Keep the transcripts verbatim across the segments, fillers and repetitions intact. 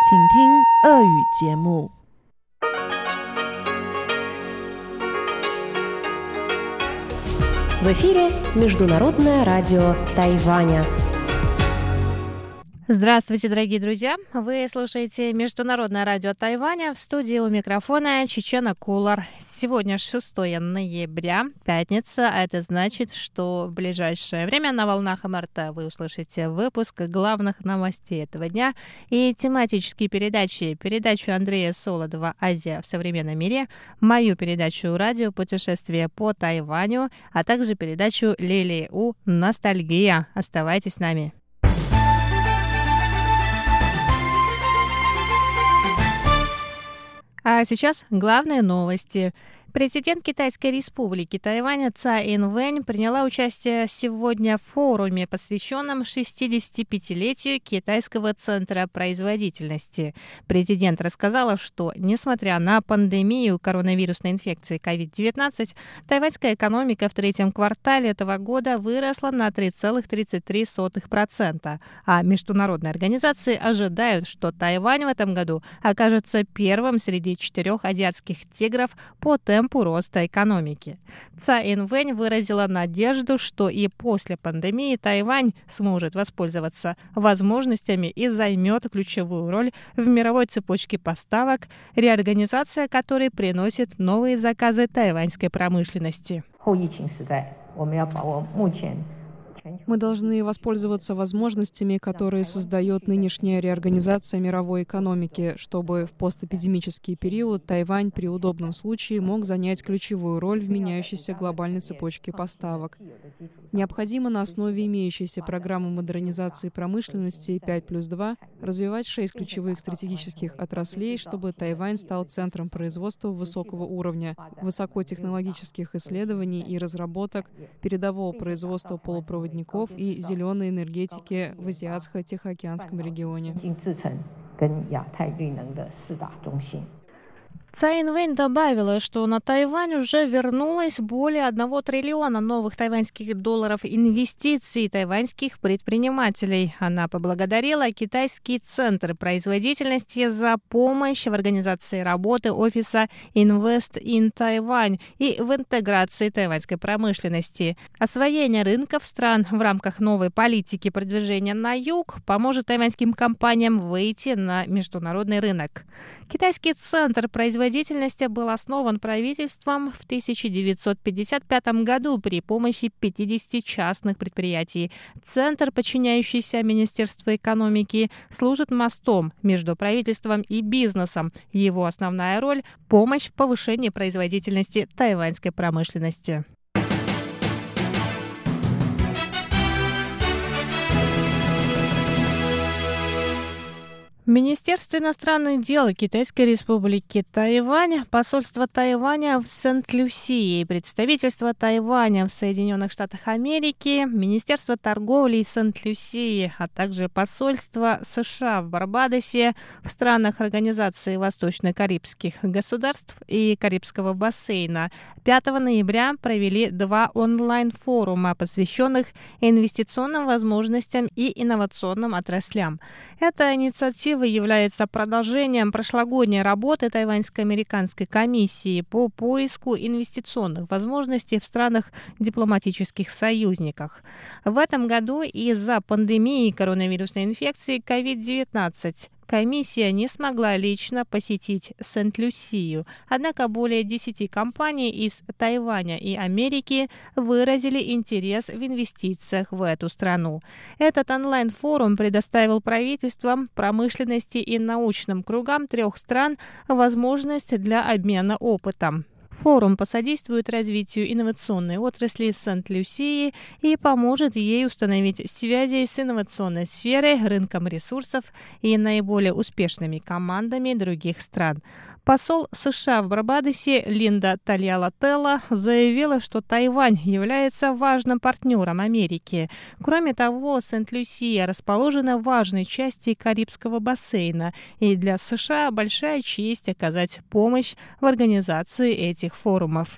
请听俄语节目。 В эфире Международное радио Тайваня. Здравствуйте, дорогие друзья! Вы слушаете Международное радио Тайваня, в студии у микрофона Чечена Кулар. Сегодня шестое ноября, пятница, а это значит, что в ближайшее время на волнах эм эр тэ вы услышите выпуск главных новостей этого дня и тематические передачи. Передачу Андрея Солодова «Азия в современном мире», мою передачу «Радио путешествие по Тайваню», а также передачу Лилии У «Ностальгия». Оставайтесь с нами. А сейчас главные новости. Президент Китайской республики Тайваня Цай Инвэнь приняла участие сегодня в форуме, посвященном шестидесятипятилетию Китайского центра производительности. Президент рассказала, что, несмотря на пандемию коронавирусной инфекции ковид девятнадцать, тайваньская экономика в третьем квартале этого года выросла на три целых тридцать три сотых процента, а международные организации ожидают, что Тайвань в этом году окажется первым среди четырех азиатских тигров по темпу темпу роста экономики. Цай Инвэнь выразила надежду, что и после пандемии Тайвань сможет воспользоваться возможностями и займет ключевую роль в мировой цепочке поставок, реорганизация которой приносит новые заказы тайваньской промышленности. Мы должны воспользоваться возможностями, которые создает нынешняя реорганизация мировой экономики, чтобы в постэпидемический период Тайвань при удобном случае мог занять ключевую роль в меняющейся глобальной цепочке поставок. Необходимо на основе имеющейся программы модернизации промышленности пять плюс два развивать шесть ключевых стратегических отраслей, чтобы Тайвань стал центром производства высокого уровня, высокотехнологических исследований и разработок, передового производства полупроводников и зеленой энергетики в Азиатско-Тихоокеанском регионе. Цай Инвэнь добавила, что на Тайвань уже вернулось более одного триллиона новых тайваньских долларов инвестиций тайваньских предпринимателей. Она поблагодарила Китайский центр производительности за помощь в организации работы офиса Invest in Taiwan и в интеграции тайваньской промышленности. Освоение рынков стран в рамках новой политики продвижения на юг поможет тайваньским компаниям выйти на международный рынок. Китайский центр производительности Производительности был основан правительством в тысяча девятьсот пятьдесят пятом году при помощи пятидесяти частных предприятий. Центр, подчиняющийся Министерству экономики, служит мостом между правительством и бизнесом. Его основная роль – помощь в повышении производительности тайваньской промышленности. Министерство иностранных дел Китайской республики Тайвань, посольство Тайваня в Сент-Люсии, представительство Тайваня в Соединенных Штатах Америки, Министерство торговли Сент-Люсии, а также посольство США в Барбадосе, в странах Организации Восточно-Карибских государств и Карибского бассейна пятого ноября провели два онлайн-форума, посвященных инвестиционным возможностям и инновационным отраслям. Эта инициатива является продолжением прошлогодней работы Тайваньско-американской комиссии по поиску инвестиционных возможностей в странах дипломатических союзниках. В этом году из-за пандемии коронавирусной инфекции ковид девятнадцать комиссия не смогла лично посетить Сент-Люсию, однако более десяти компаний из Тайваня и Америки выразили интерес в инвестициях в эту страну. Этот онлайн-форум предоставил правительствам, промышленности и научным кругам трех стран возможность для обмена опытом. Форум посодействует развитию инновационной отрасли Сент-Люсии и поможет ей установить связи с инновационной сферой, рынком ресурсов и наиболее успешными командами других стран. Посол США в Барбадосе Линда Тальялателла заявила, что Тайвань является важным партнером Америки. Кроме того, Сент-Люсия расположена в важной части Карибского бассейна, и для США большая честь оказать помощь в организации этих форумов.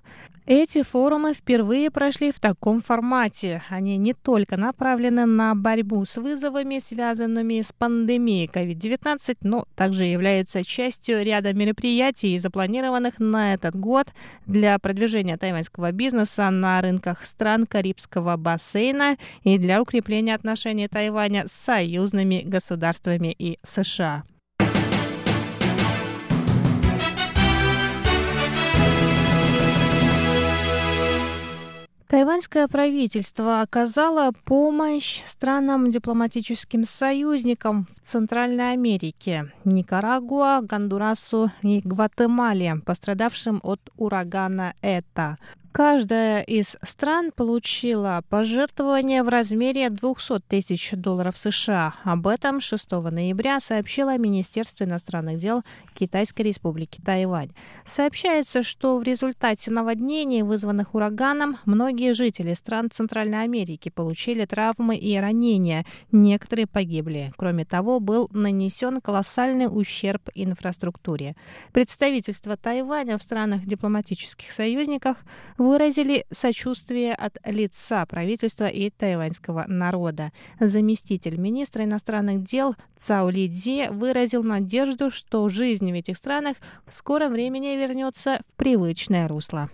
Эти форумы впервые прошли в таком формате. Они не только направлены на борьбу с вызовами, связанными с пандемией ковид девятнадцать, но также являются частью ряда мероприятий, запланированных на этот год для продвижения тайваньского бизнеса на рынках стран Карибского бассейна и для укрепления отношений Тайваня с союзными государствами и США. Тайваньское правительство оказало помощь странам-дипломатическим союзникам в Центральной Америке – Никарагуа, Гондурасу и Гватемале, пострадавшим от урагана Эта. Каждая из стран получила пожертвование в размере двести тысяч долларов США. Об этом шестого ноября сообщило Министерство иностранных дел Китайской республики Тайвань. Сообщается, что в результате наводнений, вызванных ураганом, многие жители стран Центральной Америки получили травмы и ранения. Некоторые погибли. Кроме того, был нанесен колоссальный ущерб инфраструктуре. Представительства Тайваня в странах дипломатических союзников выразили сочувствие от лица правительства и тайваньского народа. Заместитель министра иностранных дел Цао Лидзе выразил надежду, что жизнь в этих странах в скором времени вернется в привычное русло.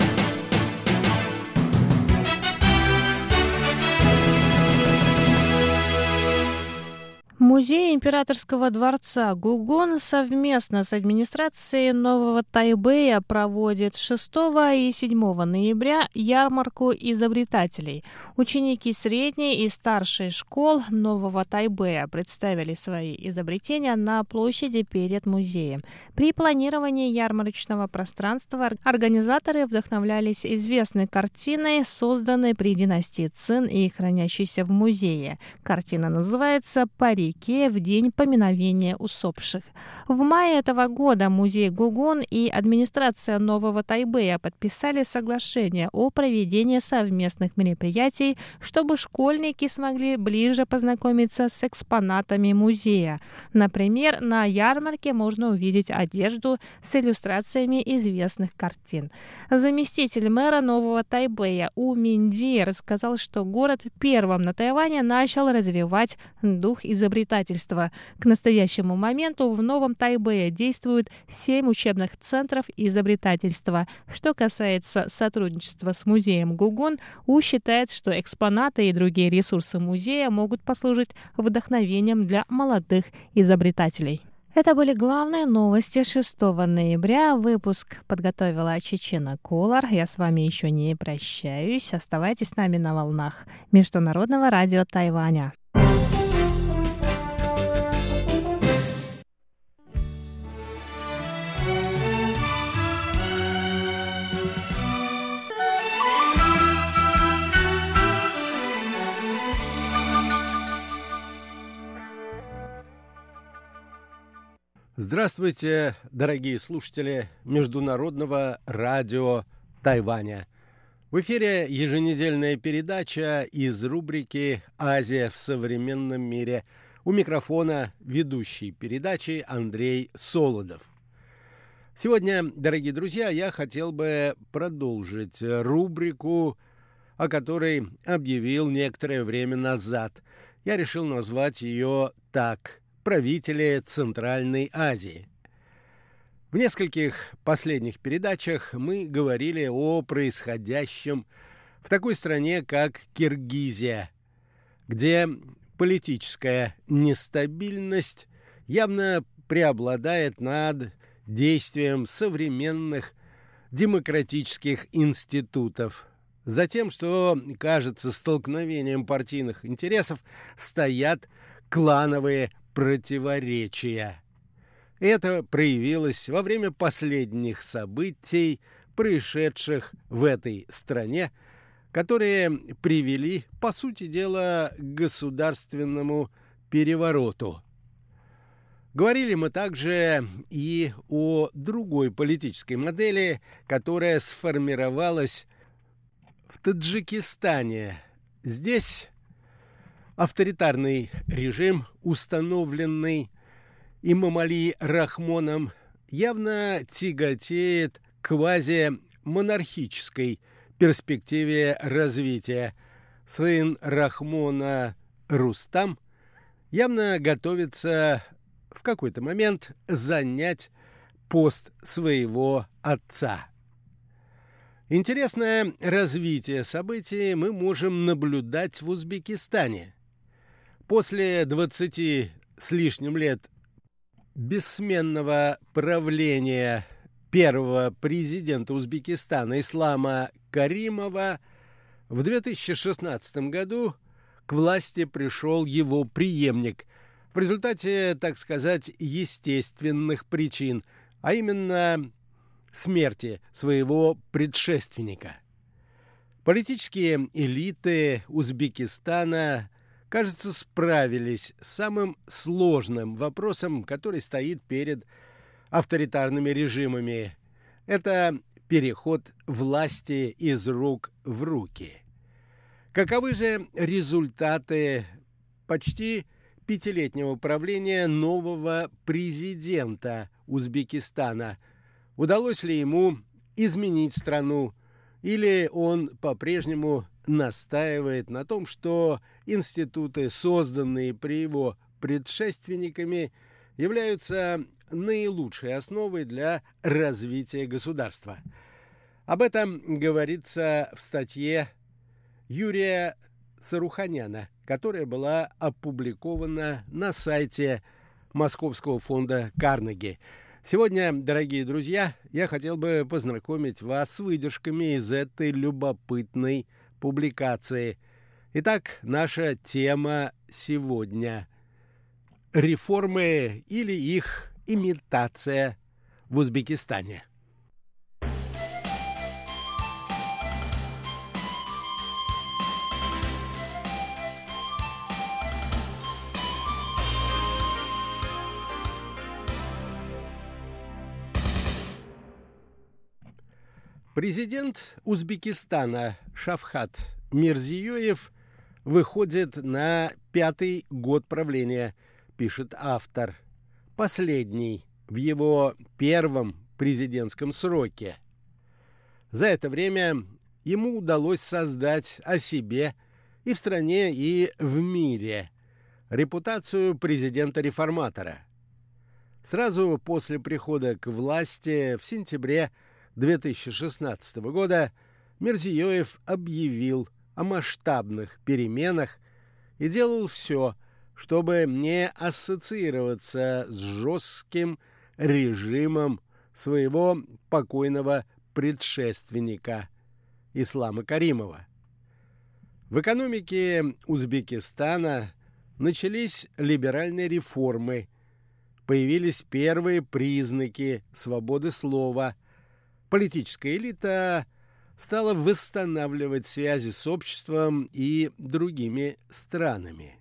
Музей Императорского дворца Гугун совместно с администрацией Нового Тайбэя проводит шестого и седьмого ноября ярмарку изобретателей. Ученики средней и старшей школ Нового Тайбэя представили свои изобретения на площади перед музеем. При планировании ярмарочного пространства организаторы вдохновлялись известной картиной, созданной при династии Цин и хранящейся в музее. Картина называется «Пари в день поминовения усопших». В мае этого года музей Гугун и администрация Нового Тайбэя подписали соглашение о проведении совместных мероприятий, чтобы школьники смогли ближе познакомиться с экспонатами музея. Например, на ярмарке можно увидеть одежду с иллюстрациями известных картин. Заместитель мэра Нового Тайбэя У Минди рассказал, что город первым на Тайване начал развивать дух изобретательства. К настоящему моменту в Новом Тайбэе действует семь учебных центров изобретательства. Что касается сотрудничества с музеем Гугун, У считает, что экспонаты и другие ресурсы музея могут послужить вдохновением для молодых изобретателей. Это были главные новости шестого ноября. Выпуск подготовила Чечена Колор. Я с вами еще не прощаюсь. Оставайтесь с нами на волнах Международного радио Тайваня. Здравствуйте, дорогие слушатели Международного радио Тайваня. В эфире еженедельная передача из рубрики «Азия в современном мире». У микрофона ведущий передачи Андрей Солодов. Сегодня, дорогие друзья, я хотел бы продолжить рубрику, о которой объявил некоторое время назад. Я решил назвать ее так: «Правители Центральной Азии». В нескольких последних передачах мы говорили о происходящем в такой стране, как Киргизия, где политическая нестабильность явно преобладает над действием современных демократических институтов. За тем, что, кажется, столкновением партийных интересов стоят клановые противоречия. Это проявилось во время последних событий, происшедших в этой стране, которые привели, по сути дела, к государственному перевороту. Говорили мы также и о другой политической модели, которая сформировалась в Таджикистане. Здесь авторитарный режим, установленный Имамали Рахмоном, явно тяготеет к квази монархической перспективе развития. Сын Рахмона Рустам явно готовится в какой-то момент занять пост своего отца. Интересное развитие событий мы можем наблюдать в Узбекистане. После двадцати с лишним лет бессменного правления первого президента Узбекистана Ислама Каримова в две тысячи шестнадцатом году к власти пришел его преемник в результате, так сказать, естественных причин, а именно смерти своего предшественника. Политические элиты Узбекистана, кажется, справились с самым сложным вопросом, который стоит перед авторитарными режимами. Это переход власти из рук в руки. Каковы же результаты почти пятилетнего правления нового президента Узбекистана? Удалось ли ему изменить страну, или он по-прежнему настаивает на том, что институты, созданные при его предшественниками, являются наилучшей основой для развития государства? Об этом говорится в статье Юрия Саруханяна, которая была опубликована на сайте Московского фонда Карнеги. Сегодня, дорогие друзья, я хотел бы познакомить вас с выдержками из этой любопытной публикации. Итак, наша тема сегодня – реформы или их имитация в Узбекистане. Президент Узбекистана Шавкат Мирзиёев выходит на пятый год правления, пишет автор, последний в его первом президентском сроке. За это время ему удалось создать о себе и в стране, и в мире репутацию президента-реформатора. Сразу после прихода к власти в сентябре две тысячи шестнадцатого года Мирзиёев объявил о масштабных переменах и делал все, чтобы не ассоциироваться с жестким режимом своего покойного предшественника Ислама Каримова. В экономике Узбекистана начались либеральные реформы, появились первые признаки свободы слова. Политическая элита стала восстанавливать связи с обществом и другими странами.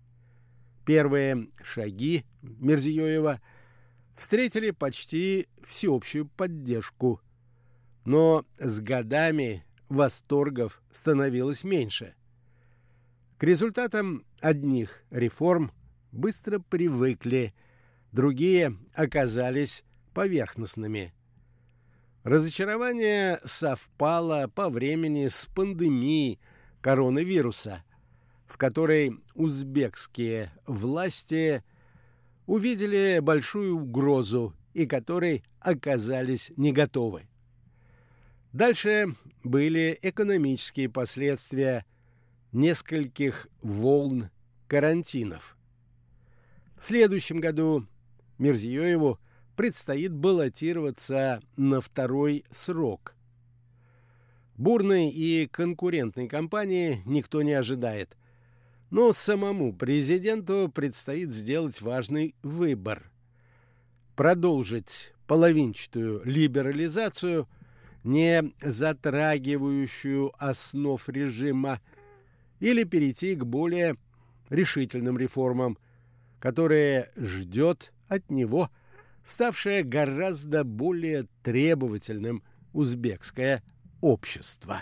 Первые шаги Мирзиёева встретили почти всеобщую поддержку, но с годами восторгов становилось меньше. К результатам одних реформ быстро привыкли, другие оказались поверхностными. Разочарование совпало по времени с пандемией коронавируса, в которой узбекские власти увидели большую угрозу и которой оказались не готовы. Дальше были экономические последствия нескольких волн карантинов. В следующем году Мирзиёеву предстоит баллотироваться на второй срок. Бурной и конкурентной кампании никто не ожидает, но самому президенту предстоит сделать важный выбор: продолжить половинчатую либерализацию, не затрагивающую основ режима, или перейти к более решительным реформам, которые ждет от него ставшее гораздо более требовательным узбекское общество.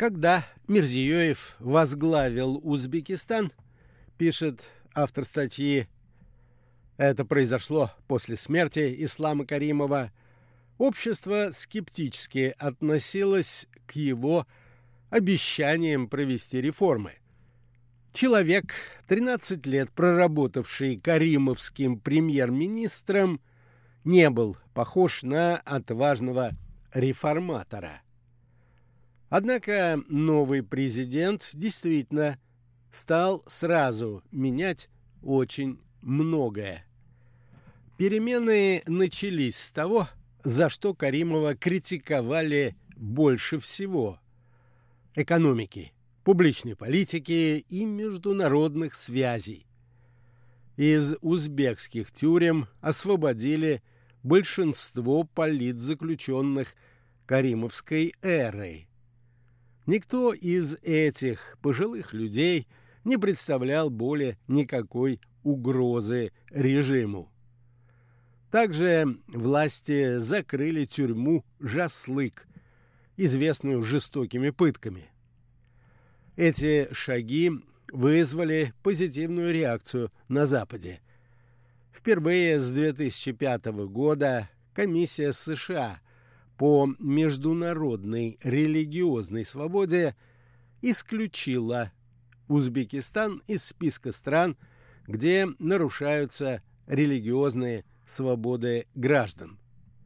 Когда Мирзиёев возглавил Узбекистан, пишет автор статьи, это произошло после смерти Ислама Каримова, общество скептически относилось к его обещаниям провести реформы. Человек, тринадцать лет проработавший каримовским премьер-министром, не был похож на отважного реформатора. Однако новый президент действительно стал сразу менять очень многое. Перемены начались с того, за что Каримова критиковали больше всего – экономики, публичной политики и международных связей. Из узбекских тюрем освободили большинство политзаключенных каримовской эры. Никто из этих пожилых людей не представлял более никакой угрозы режиму. Также власти закрыли тюрьму Жаслык, известную жестокими пытками. Эти шаги вызвали позитивную реакцию на Западе. Впервые с две тысячи пятого года комиссия США по международной религиозной свободе исключила Узбекистан из списка стран, где нарушаются религиозные свободы граждан.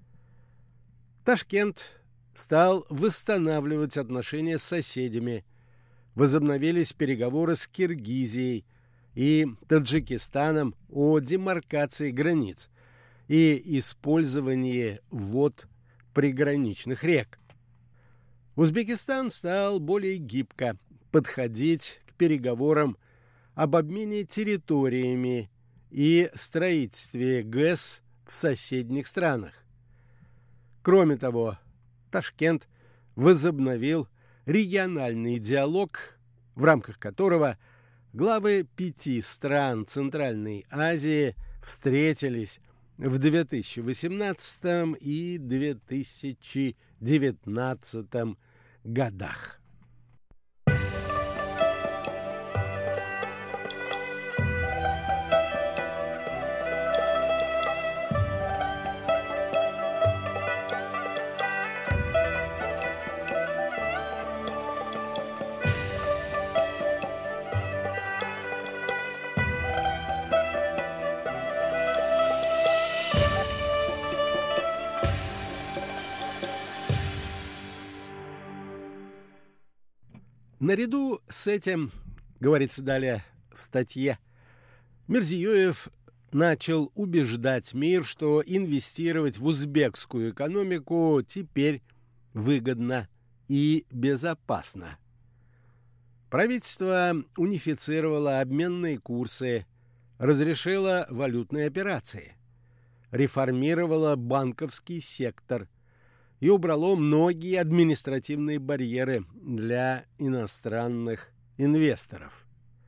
Ташкент стал восстанавливать отношения с соседями. Возобновились переговоры с Киргизией и Таджикистаном о демаркации границ и использовании вод приграничных рек. Узбекистан стал более гибко подходить к переговорам об обмене территориями и строительстве ГЭС в соседних странах. Кроме того, Ташкент возобновил региональный диалог, в рамках которого главы пяти стран Центральной Азии встретились в две тысячи восемнадцатом и две тысячи девятнадцатом годах. Наряду с этим, говорится далее в статье, Мирзиёев начал убеждать мир, что инвестировать в узбекскую экономику теперь выгодно и безопасно. Правительство унифицировало обменные курсы, разрешило валютные операции, реформировало банковский сектор и убрало многие административные барьеры для иностранных инвесторов.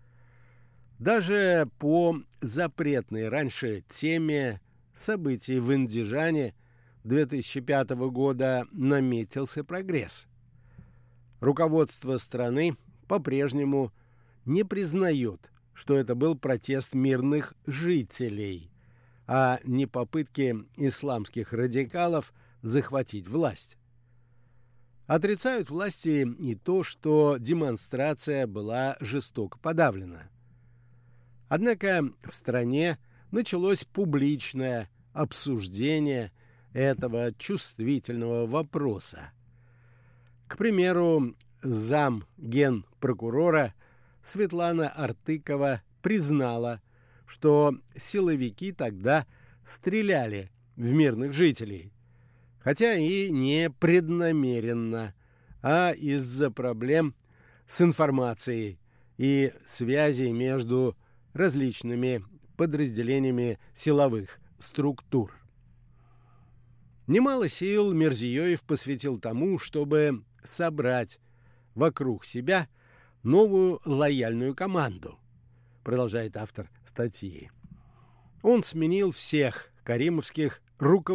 Даже по запретной раньше теме событий в Андижане две тысячи пятого года наметился прогресс. Руководство страны по-прежнему не признает, что это был протест мирных жителей, а не попытки исламских радикалов захватить власть. Отрицают власти и то, что демонстрация была жестоко подавлена. Однако в стране началось публичное обсуждение этого чувствительного вопроса. К примеру, зам генпрокурора Светлана Артыкова признала, что силовики тогда стреляли в мирных жителей, хотя и не преднамеренно, а из-за проблем с информацией и связей между различными подразделениями силовых структур. Немало сил Мирзиёев посвятил тому, чтобы собрать вокруг себя новую лояльную команду, продолжает автор статьи. Он сменил всех каримовских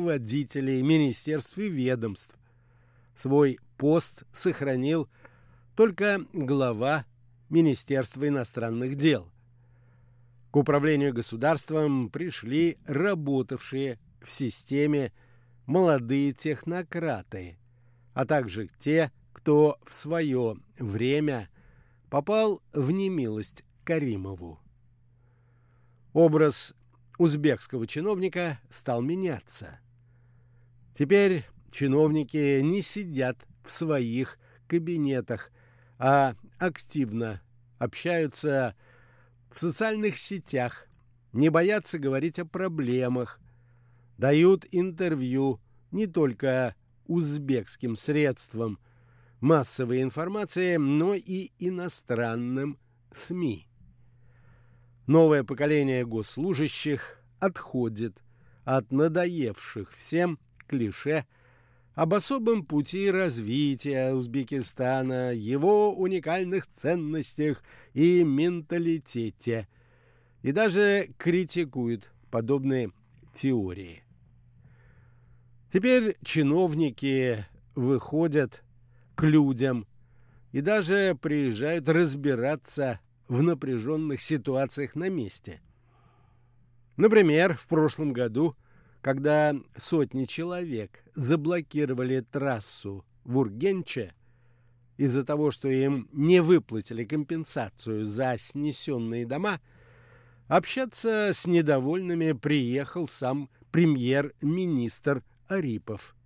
руководителей министерств и ведомств. Свой пост сохранил только глава Министерства иностранных дел. К управлению государством пришли работавшие в системе молодые технократы, а также те, кто в свое время попал в немилость Каримову. Образ узбекского чиновника стал меняться. Теперь чиновники не сидят в своих кабинетах, а активно общаются в социальных сетях, не боятся говорить о проблемах, дают интервью не только узбекским средствам массовой информации, но и иностранным СМИ. Новое поколение госслужащих отходит от надоевших всем клише об особом пути развития Узбекистана, его уникальных ценностях и менталитете, и даже критикует подобные теории. Теперь чиновники выходят к людям и даже приезжают разбираться в напряженных ситуациях на месте. Например, в прошлом году, когда сотни человек заблокировали трассу в Ургенче из-за того, что им не выплатили компенсацию за снесенные дома, общаться с недовольными приехал сам премьер-министр Арипов.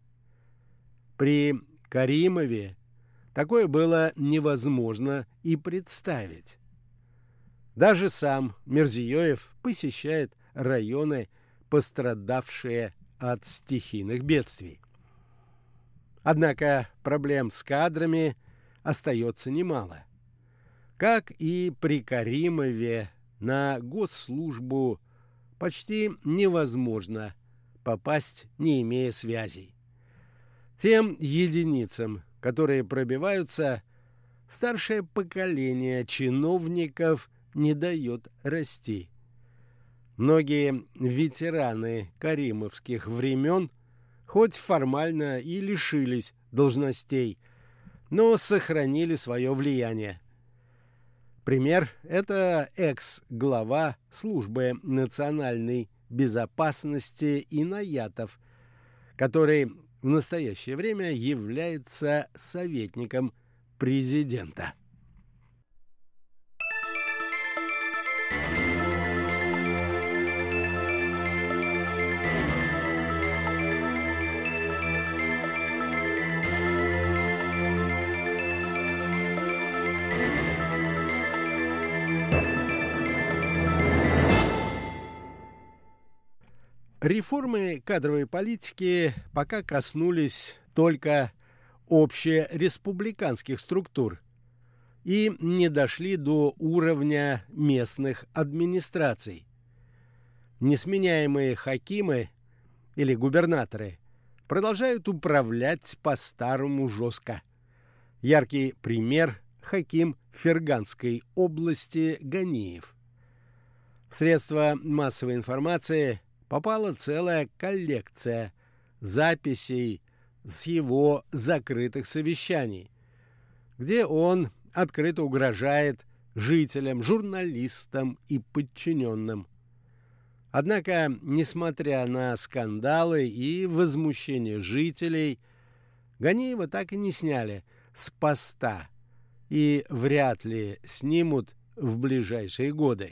При Каримове такое было невозможно и представить. Даже сам Мирзиёев посещает районы, пострадавшие от стихийных бедствий. Однако проблем с кадрами остается немало. Как и при Каримове, на госслужбу почти невозможно попасть, не имея связей. Тем единицам, которые пробиваются, старшее поколение чиновников не дает расти. Многие ветераны каримовских времен хоть формально и лишились должностей, но сохранили свое влияние. Пример – это экс-глава службы национальной безопасности Инаятов, который в настоящее время является советником президента. Реформы кадровой политики пока коснулись только общереспубликанских структур и не дошли до уровня местных администраций. Несменяемые хакимы или губернаторы продолжают управлять по-старому жестко. Яркий пример – хаким Ферганской области Ганиев. В средства массовой информации попала целая коллекция записей с его закрытых совещаний, где он открыто угрожает жителям, журналистам и подчиненным. Однако, несмотря на скандалы и возмущение жителей, Ганиева так и не сняли с поста и вряд ли снимут в ближайшие годы.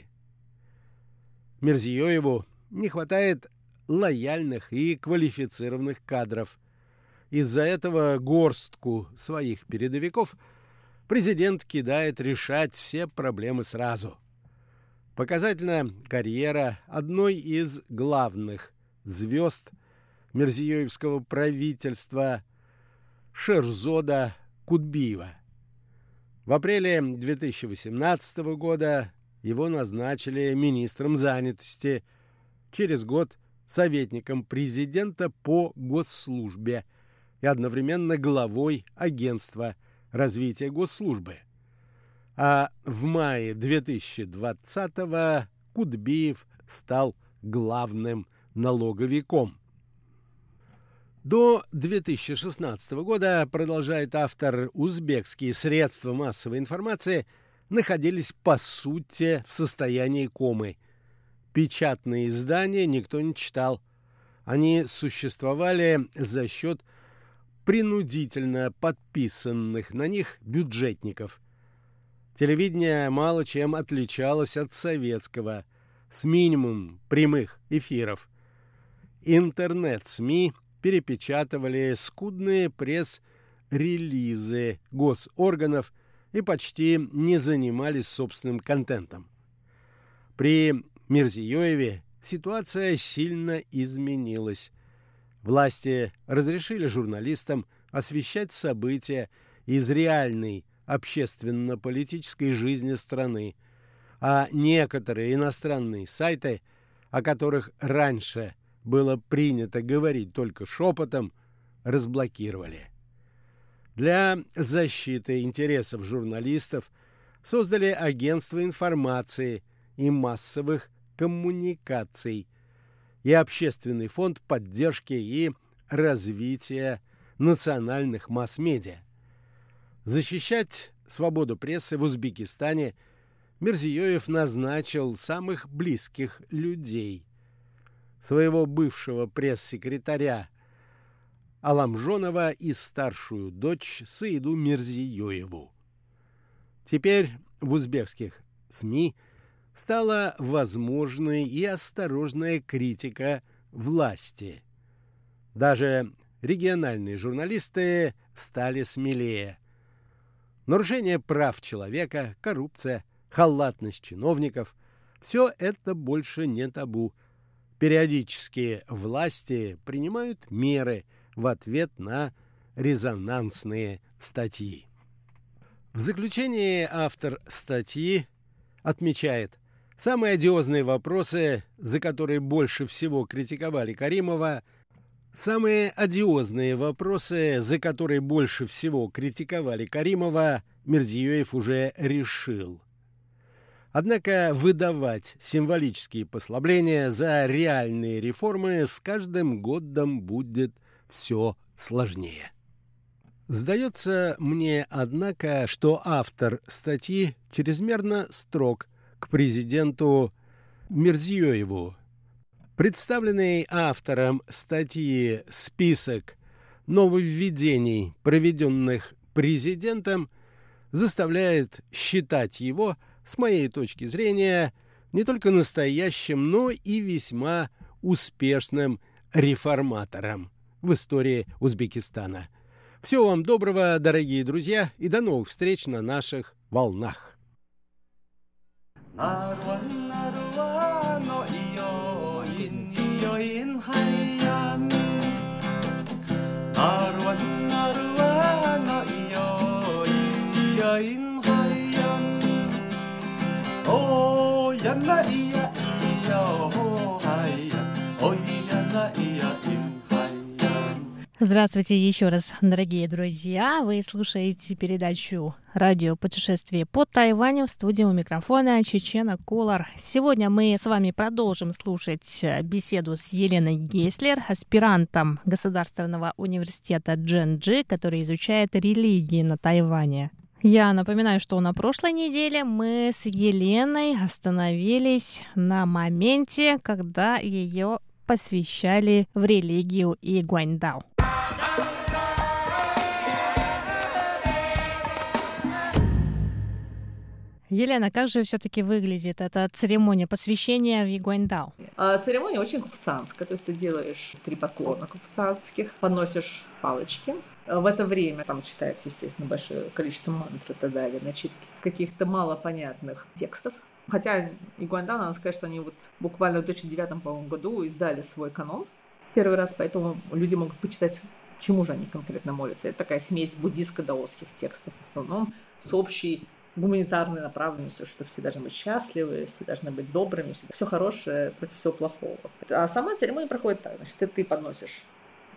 Мирзиёеву не хватает лояльных и квалифицированных кадров. Из-за этого горстку своих передовиков президент кидает решать все проблемы сразу. Показательна карьера одной из главных звезд мирзиёевского правительства Шерзода Кудбиева. В апреле две тысячи восемнадцатого года его назначили министром занятости, через год советником президента по госслужбе и одновременно главой агентства развития госслужбы. А в мае две тысячи двадцатого Кудбиев стал главным налоговиком. До две тысячи шестнадцатого года, продолжает автор, узбекские средства массовой информации находились по сути в состоянии комы. Печатные издания никто не читал. Они существовали за счет принудительно подписанных на них бюджетников. Телевидение мало чем отличалось от советского, с минимумом прямых эфиров. Интернет-СМИ перепечатывали скудные пресс-релизы госорганов и почти не занимались собственным контентом. При Мирзиёеве ситуация сильно изменилась. Власти разрешили журналистам освещать события из реальной общественно-политической жизни страны, а некоторые иностранные сайты, о которых раньше было принято говорить только шепотом, разблокировали. Для защиты интересов журналистов создали агентство информации и массовых коммуникаций и Общественный фонд поддержки и развития национальных масс-медиа. Защищать свободу прессы в Узбекистане Мирзиёев назначил самых близких людей. Своего бывшего пресс-секретаря Аламжонова и старшую дочь Саиду Мирзиёеву. Теперь в узбекских СМИ стала возможной и осторожная критика власти. Даже региональные журналисты стали смелее. Нарушение прав человека, коррупция, халатность чиновников – все это больше не табу. Периодически власти принимают меры в ответ на резонансные статьи. В заключение автор статьи отмечает: самые одиозные вопросы, за которые больше всего критиковали Каримова, самые одиозные вопросы, за которые больше всего критиковали Каримова, Мирзиёев уже решил. Однако выдавать символические послабления за реальные реформы с каждым годом будет все сложнее. Сдается мне, однако, что автор статьи чрезмерно строг к президенту Мирзиёеву. Представленный автором статьи список нововведений, проведенных президентом, заставляет считать его, с моей точки зрения, не только настоящим, но и весьма успешным реформатором в истории Узбекистана. Всего вам доброго, дорогие друзья, и до новых встреч на наших волнах. Здравствуйте еще раз, дорогие друзья. Вы слушаете передачу «Радио путешествие по Тайваню», в студии у микрофона Чечена Колор. Сегодня мы с вами продолжим слушать беседу с Еленой Гейслер, аспирантом Государственного университета Чжэнджи, который изучает религии на Тайване. Я напоминаю, что на прошлой неделе мы с Еленой остановились на моменте, когда ее посвящали в религию Игуаньдао. Елена, как же все-таки выглядит эта церемония посвящения в Игуаньдао? А, церемония очень конфуцианская, то есть ты делаешь три поклона конфуцианских, подносишь палочки. В это время там читается, естественно, большое количество мантр и так далее, начитки каких-то малопонятных текстов. Хотя Игуаньдао, надо сказать, что они вот буквально в две тысячи девятом, по-моему, году издали свой канон первый раз, поэтому люди могут почитать, чему же они конкретно молятся. Это такая смесь буддистско-даосских текстов в основном с общей гуманитарной направленностью, что все должны быть счастливы, все должны быть добрыми, все хорошее против всего плохого. А сама церемония проходит так, значит, ты, ты подносишь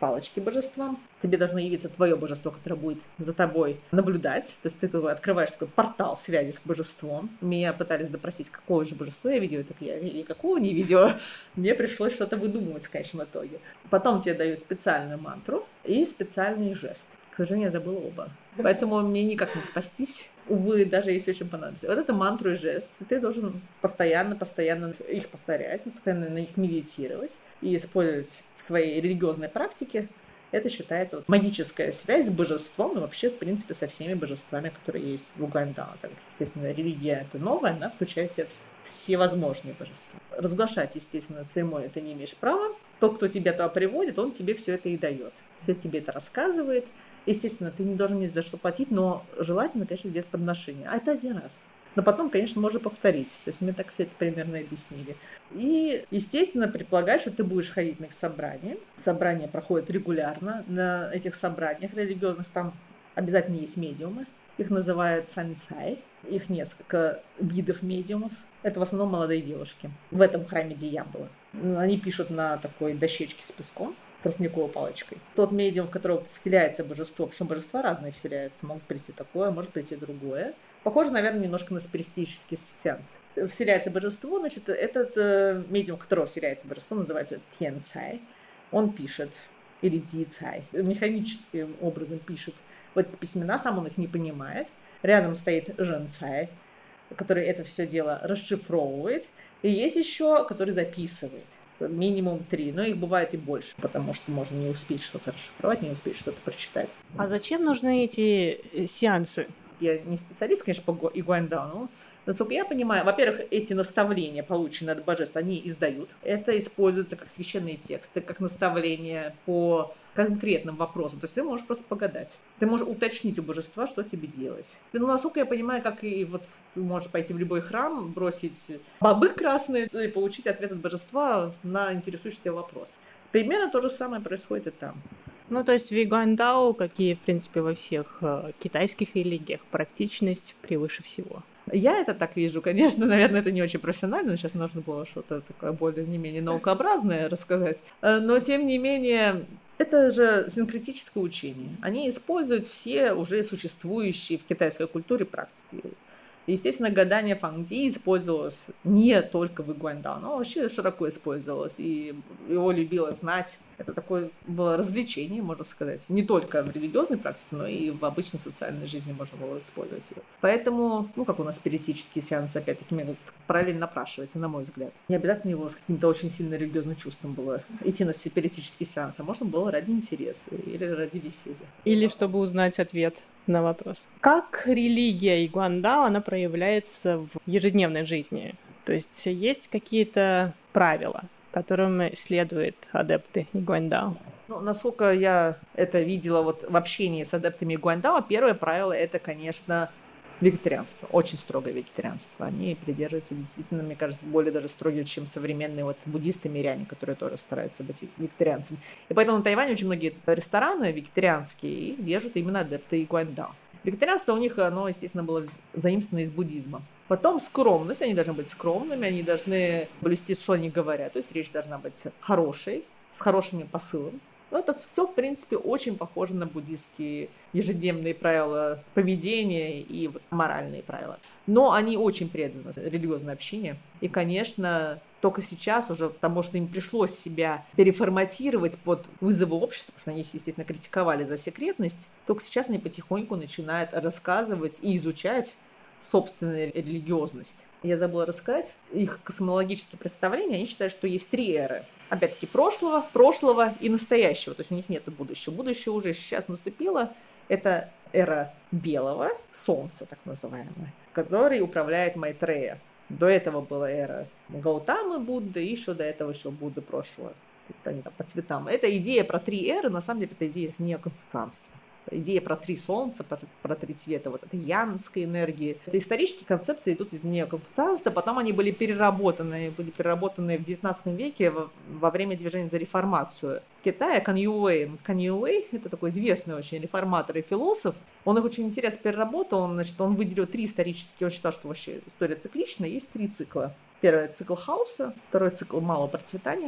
палочки божествам. Тебе должно явиться твое божество, которое будет за тобой наблюдать. То есть ты такой открываешь такой портал связи с божеством. Меня пытались допросить, какого же божества я видела, так я никакого не видела. Мне пришлось что-то выдумывать в конечном итоге. Потом тебе дают специальную мантру и специальный жест. К сожалению, я забыла оба. Поэтому мне никак не спастись. Увы, даже если очень понадобится. Вот это мантру и жест. Ты должен постоянно, постоянно их повторять, постоянно на них медитировать и использовать в своей религиозной практике. Это считается вот магическая связь с божеством, и вообще, в принципе, со всеми божествами, которые есть в Угандао. Так, естественно, религия это новая, она включает в себя все возможные божества. Разглашать, естественно, церемонию ты не имеешь права. Тот, кто тебя туда приводит, он тебе все это и дает. Все тебе это рассказывает. Естественно, ты не должен ни за что платить, но желательно, конечно, сделать подношение. А это один раз. Но потом, конечно, можно повторить. То есть мне так все это примерно объяснили. И, естественно, предполагают, что ты будешь ходить на их собрания. Собрания проходят регулярно. На этих собраниях религиозных там обязательно есть медиумы. Их называют санцай. Их несколько видов медиумов. Это в основном молодые девушки. В этом храме, где я была. Они пишут на такой дощечке с песком, тростниковой палочкой. Тот медиум, в которого вселяется божество, причем божества разные вселяются, могут прийти такое, может прийти другое. Похоже, наверное, немножко на спиритический сеанс. Вселяется божество, значит, этот э, медиум, в которого вселяется божество, называется тянцай. Он пишет, или дицай, механическим образом пишет вот эти письмена, сам он их не понимает. Рядом стоит женцай, который это все дело расшифровывает. И есть еще, который записывает. Минимум три, но их бывает и больше, потому что можно не успеть что-то расшифровать, не успеть что-то прочитать. А зачем нужны эти сеансы? Я не специалист, конечно, по Игуандао, но, насколько я понимаю, во-первых, эти наставления, полученные от божеств, они издают. Это используется как священные тексты, как наставления по конкретным вопросам. То есть ты можешь просто погадать. Ты можешь уточнить у божества, что тебе делать. Ну, насколько я понимаю, как и вот ты можешь пойти в любой храм, бросить бобы красные и получить ответ от божества на интересующий тебя вопрос. Примерно то же самое происходит и там. Ну, то есть в Игуандао, как и, в принципе, во всех э, китайских религиях, практичность превыше всего. Я это так вижу. Конечно, наверное, это не очень профессионально. Сейчас нужно было что-то такое более-менее наукообразное рассказать. Но, тем не менее, это же синкретическое учение. Они используют все уже существующие в китайской культуре практики. Естественно, гадание фангди использовалось не только в Игуандао, но вообще широко использовалось. И его любила знать. Это такое было развлечение, можно сказать. Не только в религиозной практике, но и в обычной социальной жизни можно было использовать его. Поэтому, ну, как у нас спиритический сеанс, опять-таки, мне параллельно напрашивается, на мой взгляд. Не обязательно его с каким-то очень сильно религиозным чувством было идти на спиритический сеанс, а можно было ради интереса или ради веселья. Или чтобы узнать ответ на вопрос. Как религия Игуандао, она проявляется в ежедневной жизни? То есть есть какие-то правила, которым следуют адепты Игуандао? Ну, насколько я это видела вот в общении с адептами Игуандао, первое правило – это, конечно, вегетарианство. Очень строгое вегетарианство. Они придерживаются действительно, мне кажется, более даже строгие, чем современные вот буддисты-миряне, которые тоже стараются быть вегетарианцами. И поэтому на Тайване очень многие рестораны вегетарианские, их держат именно адепты Игуандао. Вегетарианство у них, оно, естественно, было заимствовано из буддизма. Потом скромность, они должны быть скромными, они должны блюсти, что они говорят. То есть речь должна быть хорошей, с хорошим посылом. Но это все, в принципе, очень похоже на буддистские ежедневные правила поведения и вот моральные правила. Но они очень преданы религиозному общению. И, конечно, только сейчас уже, потому что им пришлось себя переформатировать под вызовы общества, потому что они их, естественно, критиковали за секретность, только сейчас они потихоньку начинают рассказывать и изучать собственную религиозность. Я забыла рассказать, их космологические представления, они считают, что есть три эры. Опять-таки прошлого, прошлого и настоящего. То есть у них нет будущего. Будущее уже сейчас наступило. Это эра белого солнца, так называемая, который управляет Майтрея. До этого была эра Гаутамы Будды, и еще до этого еще Будды прошлого. То есть они там по цветам. Эта идея про три эры, на самом деле, это идея из неоконфуцианства. Идея про три солнца, про, про три цвета, вот это янской энергии. Это исторические концепции идут из неоконфуцианства, потом они были переработаны, были переработаны в девятнадцатом веке во, во время движения за реформацию Китая. Кан Юэй. Кан Юэй — это такой известный очень реформатор и философ. Он их очень интересно переработал, он, значит, он выделил три исторические, он считал, что вообще история цикличная, есть три цикла. Первый цикл хаоса, второй цикл малого процветания,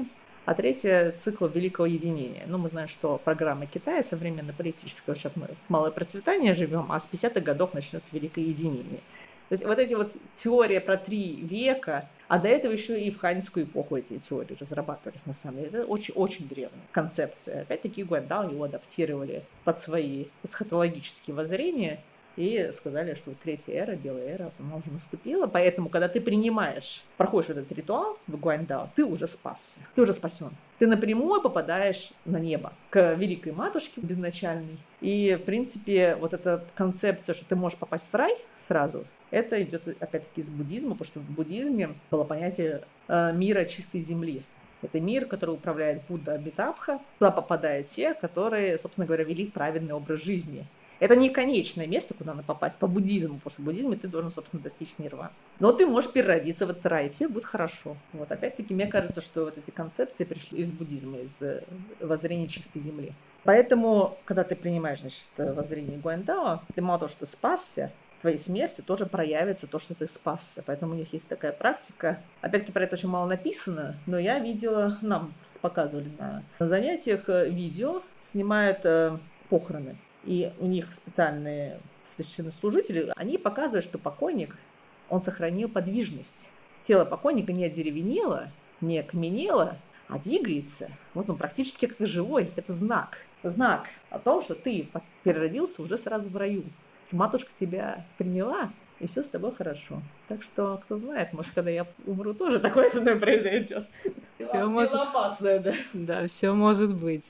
а третья — цикл великого единения. Ну, мы знаем, что программа Китая современная политическая, сейчас мы в малое процветание живем, а с пятидесятых годов начнется великое единение. То есть вот эти вот теории про три века, а до этого еще и в ханьскую эпоху эти теории разрабатывались, на самом деле. Это очень-очень древняя концепция. Опять-таки Гуандао его адаптировали под свои эсхатологические воззрения и сказали, что третья эра, белая эра, она уже наступила. Поэтому, когда ты принимаешь, проходишь этот ритуал в Гуандао, ты уже спасся, ты уже спасен. Ты напрямую попадаешь на небо, к великой матушке безначальной. И, в принципе, вот эта концепция, что ты можешь попасть в рай сразу, это идет, опять-таки, из буддизма, потому что в буддизме было понятие э, мира чистой земли. Это мир, который управляет Будда Амитабха. Туда попадают те, которые, собственно говоря, вели праведный образ жизни. Это не конечное место, куда надо попасть по буддизму, потому что в буддизме ты должен, собственно, достичь нирваны. Но ты можешь переродиться в этот рай, и тебе будет хорошо. Вот, опять-таки, мне кажется, что вот эти концепции пришли из буддизма, из воззрения чистой земли. Поэтому, когда ты принимаешь, значит, воззрение Гуандао, ты мало того, что ты спасся, в твоей смерти тоже проявится то, что ты спасся. Поэтому у них есть такая практика. Опять-таки, про это очень мало написано, но я видела, нам показывали на, на занятиях видео, снимают э, похороны. И у них специальные священнослужители, они показывают, что покойник, он сохранил подвижность. Тело покойника не одеревенело, не окаменело, а двигается. Вот он практически как живой. Это знак. Знак о том, что ты переродился уже сразу в раю. Матушка тебя приняла, и все с тобой хорошо. Так что, кто знает, может, когда я умру, тоже такое со мной произойдет. Все может... опасное, да. Да, все может быть.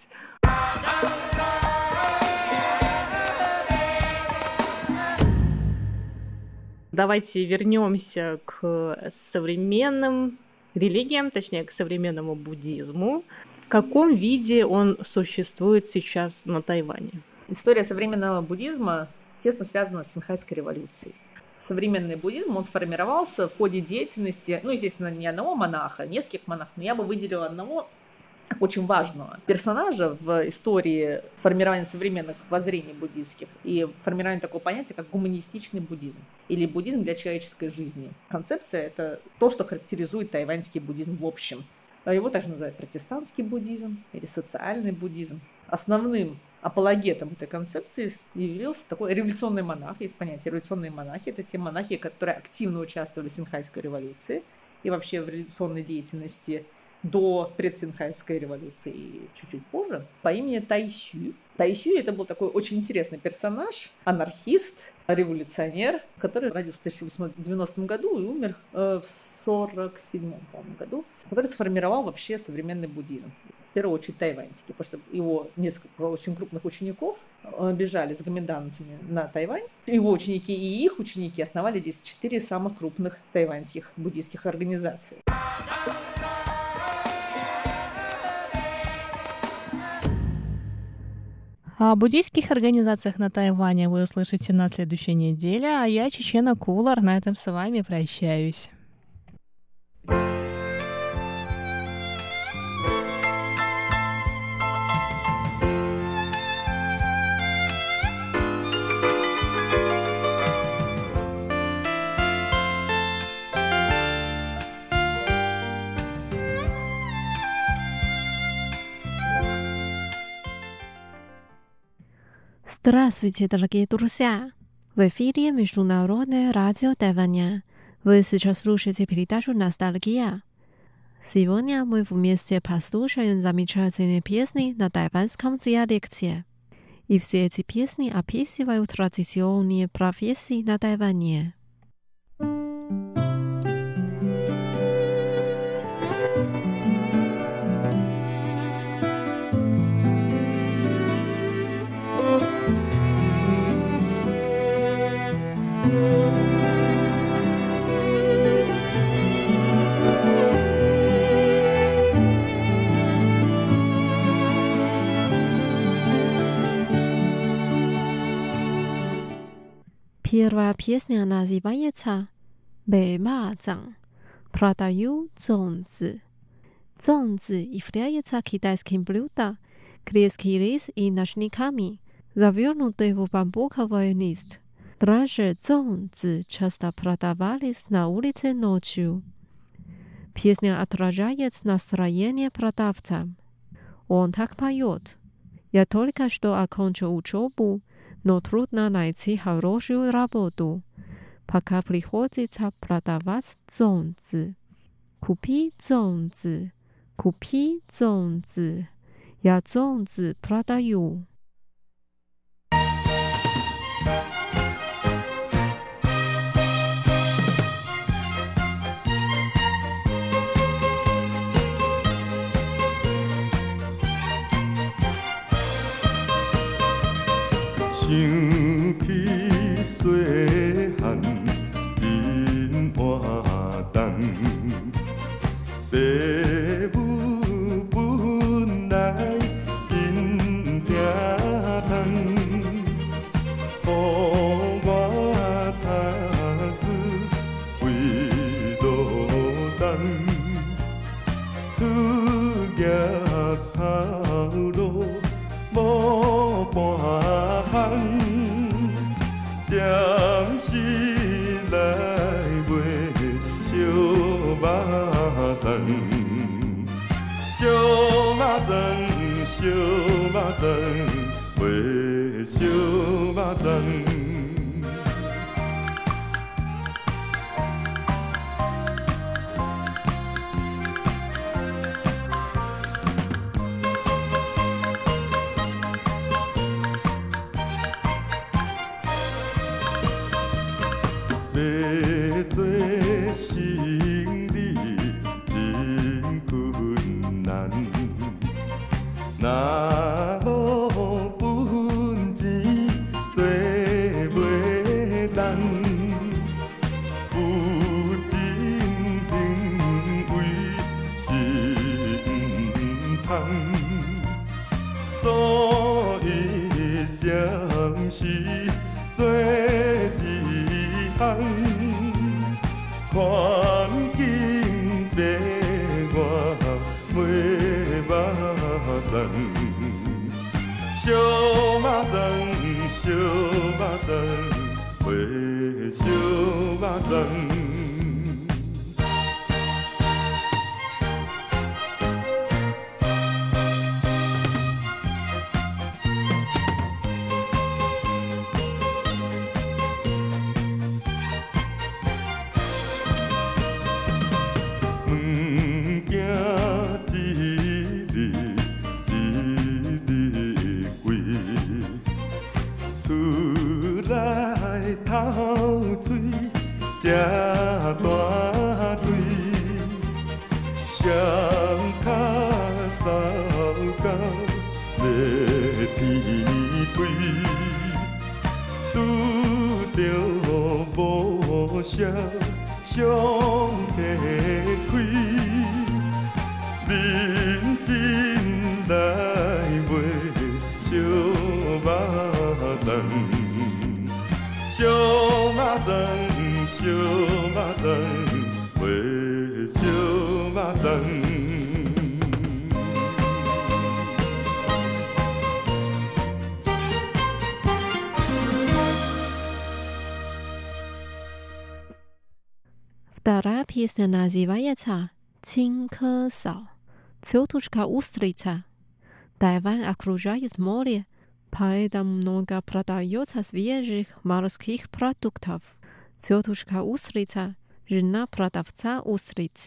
Давайте вернемся к современным религиям, точнее, к современному буддизму. В каком виде он существует сейчас на Тайване? История современного буддизма тесно связана с Синьхайской революцией. Современный буддизм, он сформировался в ходе деятельности, ну, естественно, не одного монаха, нескольких монахов, но я бы выделила одного очень важного персонажа в истории формирования современных воззрений буддийских и формирования такого понятия, как гуманистичный буддизм или буддизм для человеческой жизни. Концепция — это то, что характеризует тайваньский буддизм в общем. Его также называют протестантский буддизм или социальный буддизм. Основным апологетом этой концепции явился такой революционный монах. Есть понятие революционные монахи. Это те монахи, которые активно участвовали в Синьхайской революции и вообще в революционной деятельности до предсиньхайской революции и чуть-чуть позже, по имени Тайсю. Тайсю — это был такой очень интересный персонаж, анархист, революционер, который родился в тысяча восемьсот девяностом году и умер э, в сорок седьмом, по-моему, году, который сформировал вообще современный буддизм. В первую очередь тайваньский, потому что его несколько очень крупных учеников бежали с гоминданцами на Тайвань. Его ученики и их ученики основали здесь четыре самых крупных тайваньских буддийских организации. О буддийских организациях на Тайване вы услышите на следующей неделе, а я, Чечена Кулар, на этом с вами прощаюсь. Здравствуйте, дорогие друзья! В эфире Международное радио Тайваня. Вы сейчас слушаете передачу «Ностальгия». Сегодня мы вместе послушаем замечательные песни на тайваньском диалекте. И все эти песни описывают традиционные профессии на Тайване. Первая песня называется «Бэймацang». Продаю цонзи. Цонзи является китайским блюдом, грецкий рис и ножниками, завернутый в бамбуковый лист. Раньше цонзи часто продавались на улице ночью. Песня отражает настроение продавца. Он так поет. Я только что окончил учебу, но трудно найти хорошую работу. Пока приходится продавать зонтик. Купи зонтик, купи зонтик. Я зонтик продаю. 想起细汉真活动，父母本来真疼痛，予我读书为路灯，出业头路无半项。暂时来卖小肉肠，小肉肠，小肉肠，卖小肉肠。要做生意真困难，若无本钱做袂当，有真行为是毋通，所以暂时做一项。环境逼我卖肉肠，小肉肠，小肉肠，卖小肉肠。口嘴这大堆，双脚走到热天归，拄着无少伤体开，认真来卖小肉肠。小肉肠，小肉肠，卖小肉肠。 Вторая песня называется «Тинька сал». Тетушка Устрица. Тайвань окружает море, поэтому много продается свежих морских продуктов. Тетушка Устрица – жена продавца устриц.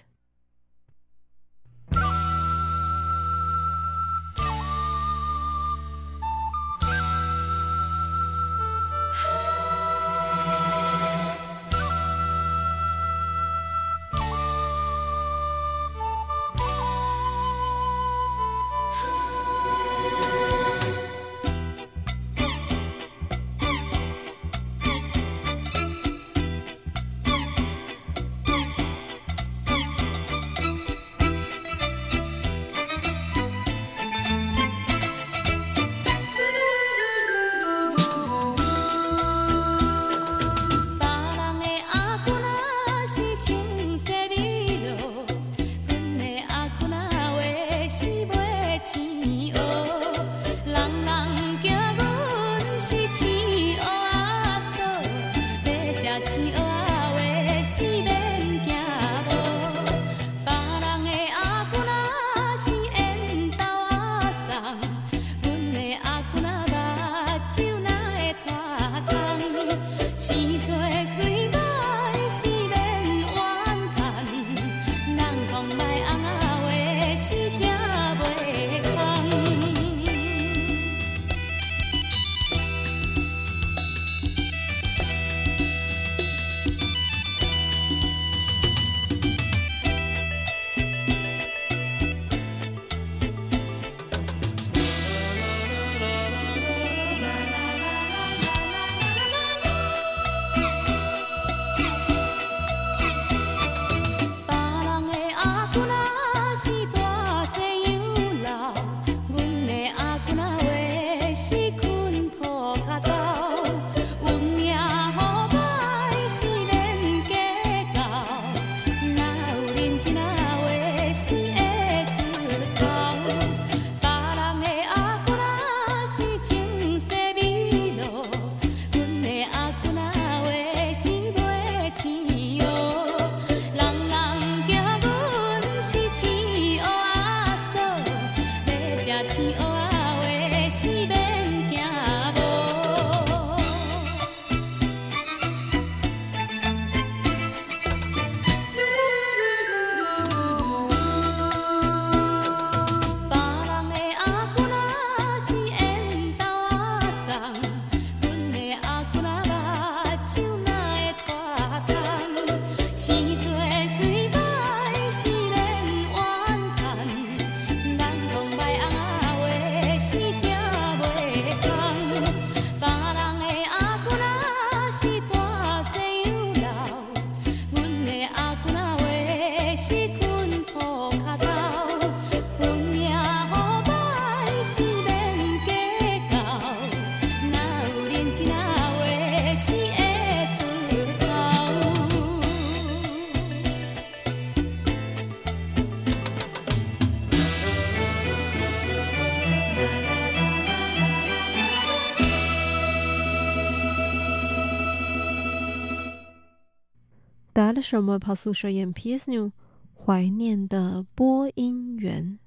дали мы послушаем песню «怀念的播音员».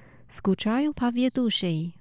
Скучаю по ведущей.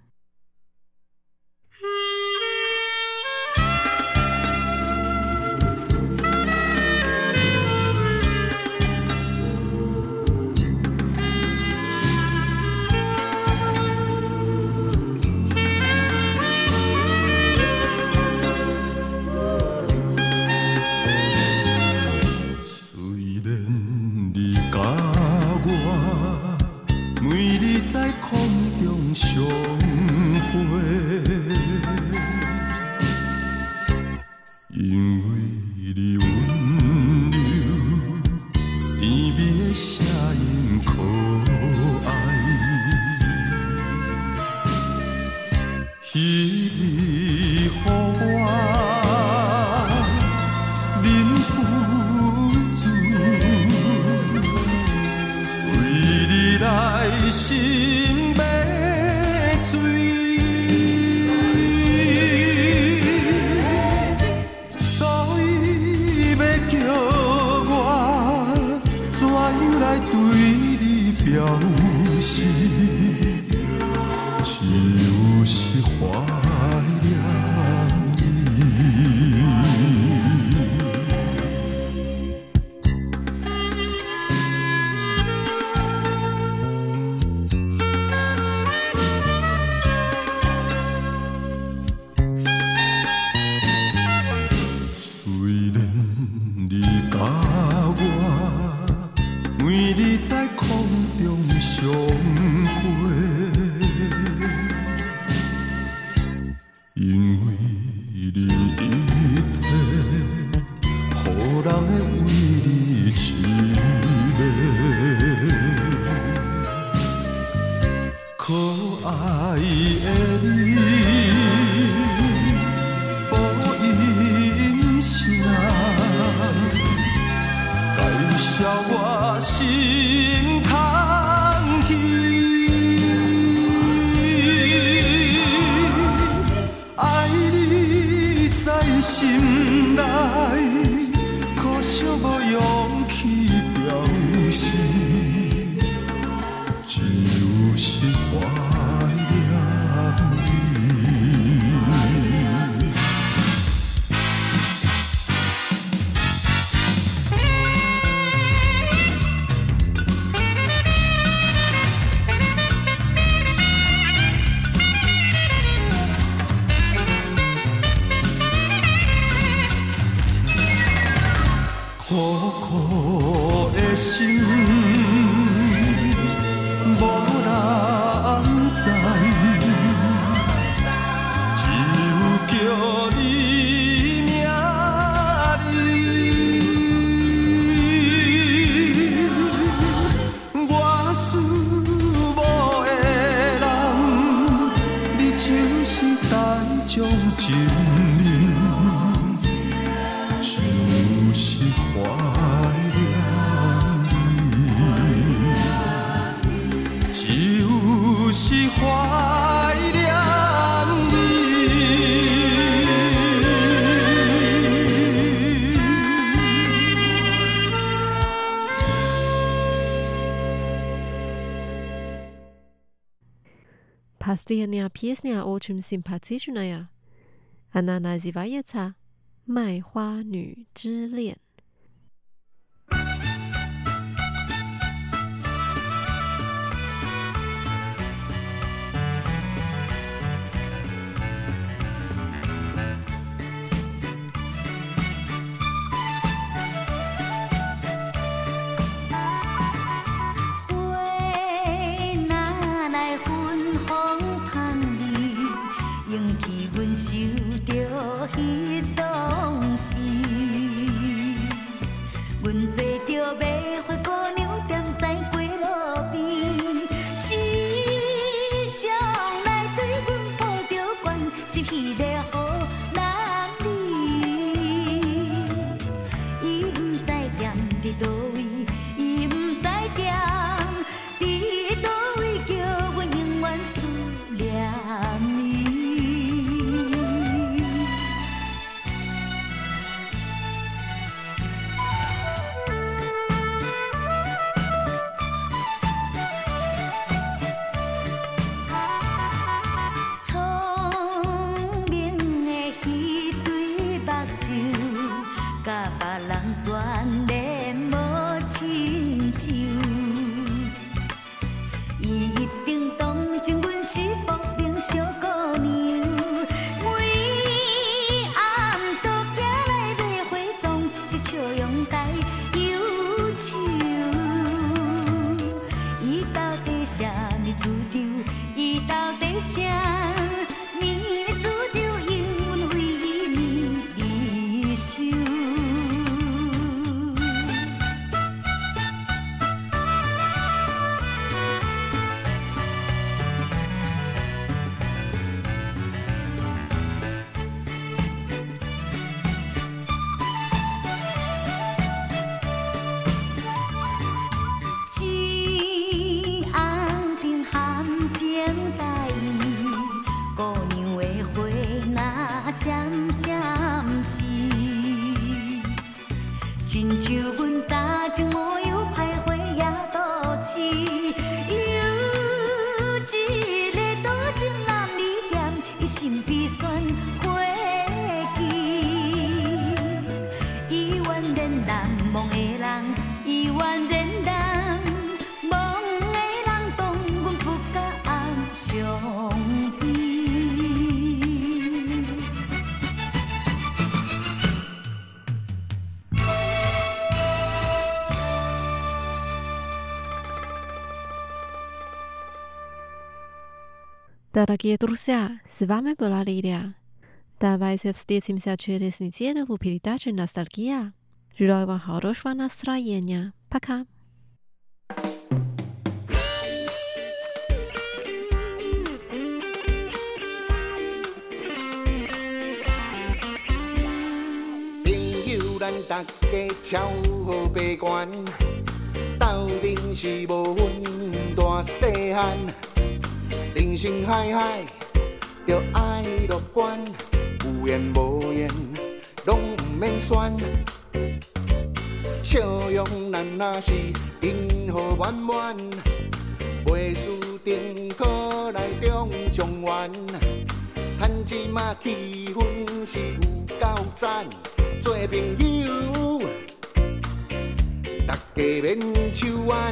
Последняя песня очень симпатичная. Она называется《卖花女之恋》。Дорогие друзья, с вами была Лилия. Давайте встретимся через неделю в передаче «Ностальгия». Желаю вам хорошего настроения. Пока. 大家超好悲观，斗阵是无分大细汉，人生海海着爱乐观，有缘无缘拢毋免选。笑容咱若是因好圆满，袂输定考来中状元，趁钱嘛气氛是有够赞。做朋友，大家免手腕。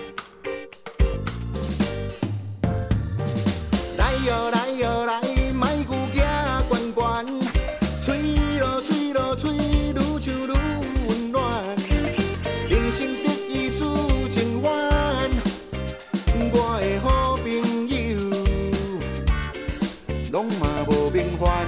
来哟来哟来，莫牛行悬悬，吹咯吹咯吹，愈唱愈温暖。人生得意事真远，我的好朋友，拢嘛无平凡。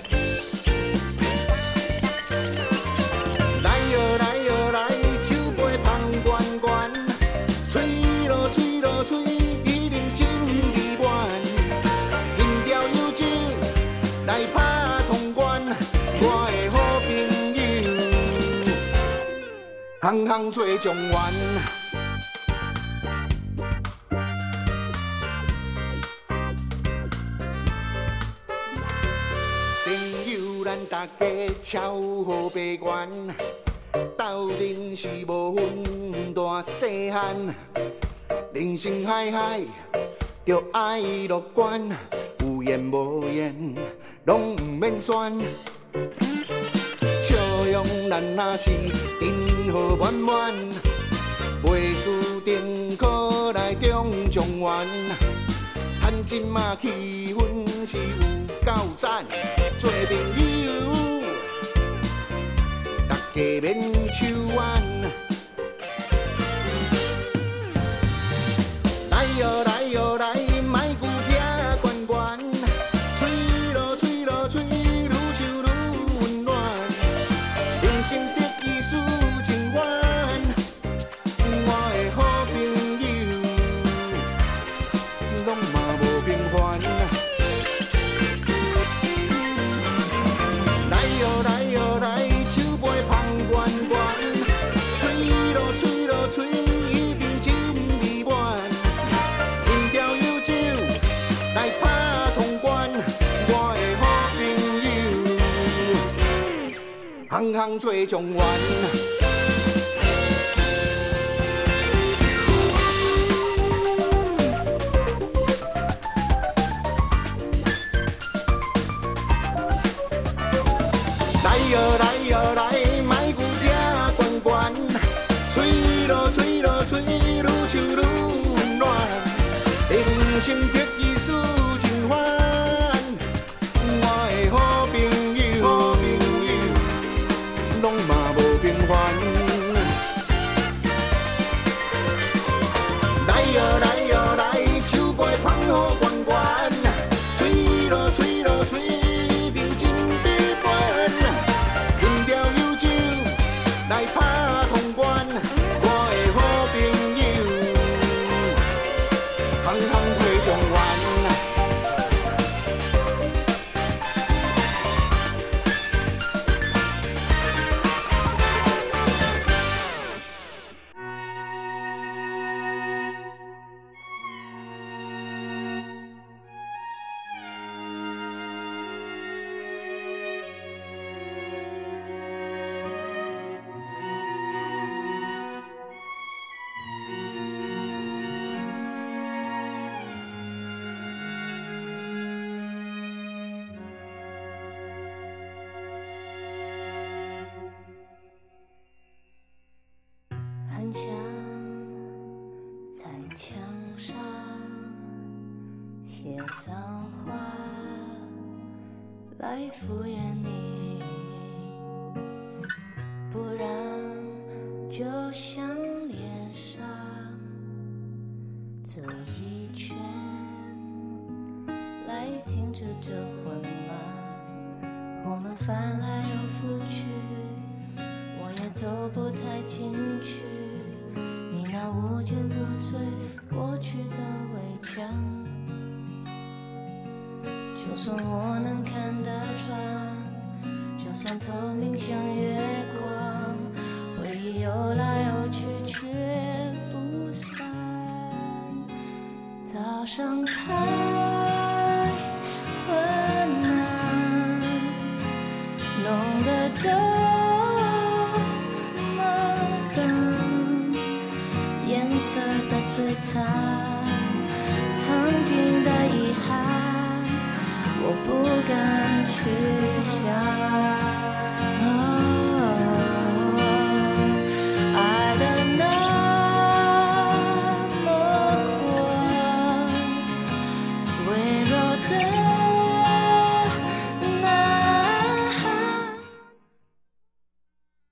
行行做状元，朋友咱大家超好悲观，斗阵是无分大细汉，人生海海着爱乐观，有言无言，拢毋免选。笑容咱若是因好满满，袂输定可来中状元。咱即马气氛是有够赞，做朋友，大家免手腕。来哟来哟来，莫顾遐悬悬，吹咯吹咯吹，愈唱愈温暖。人生得意事真远，我的好朋友，拢嘛无平凡。来哟来哟来，手背捧圆圆，吹咯吹咯吹，一定真美满。来拍通关，我的好朋友，行行做状元。来哟来哟来，莫顾遐悬悬，吹咯吹咯吹，愈唱愈温暖，人生得意事真欢，我的好朋友，好朋友，拢嘛无平凡。来哟来哟来，手背捧好圆圆，吹咯吹咯吹，认真美满。饮调有酒来拍通关，我的好朋友，行行做状元。 很想在墙上写脏话来敷衍你，不然就像脸上走一圈来停止这混乱，我们翻来又覆去，我也走不太进去，你那无坚不摧过去的围墙，就算我能看得穿，就算透明像月光，回忆游来游去却不散。早上太昏暗，弄得这颜色的摧残，曾经的遗憾，我不敢去想。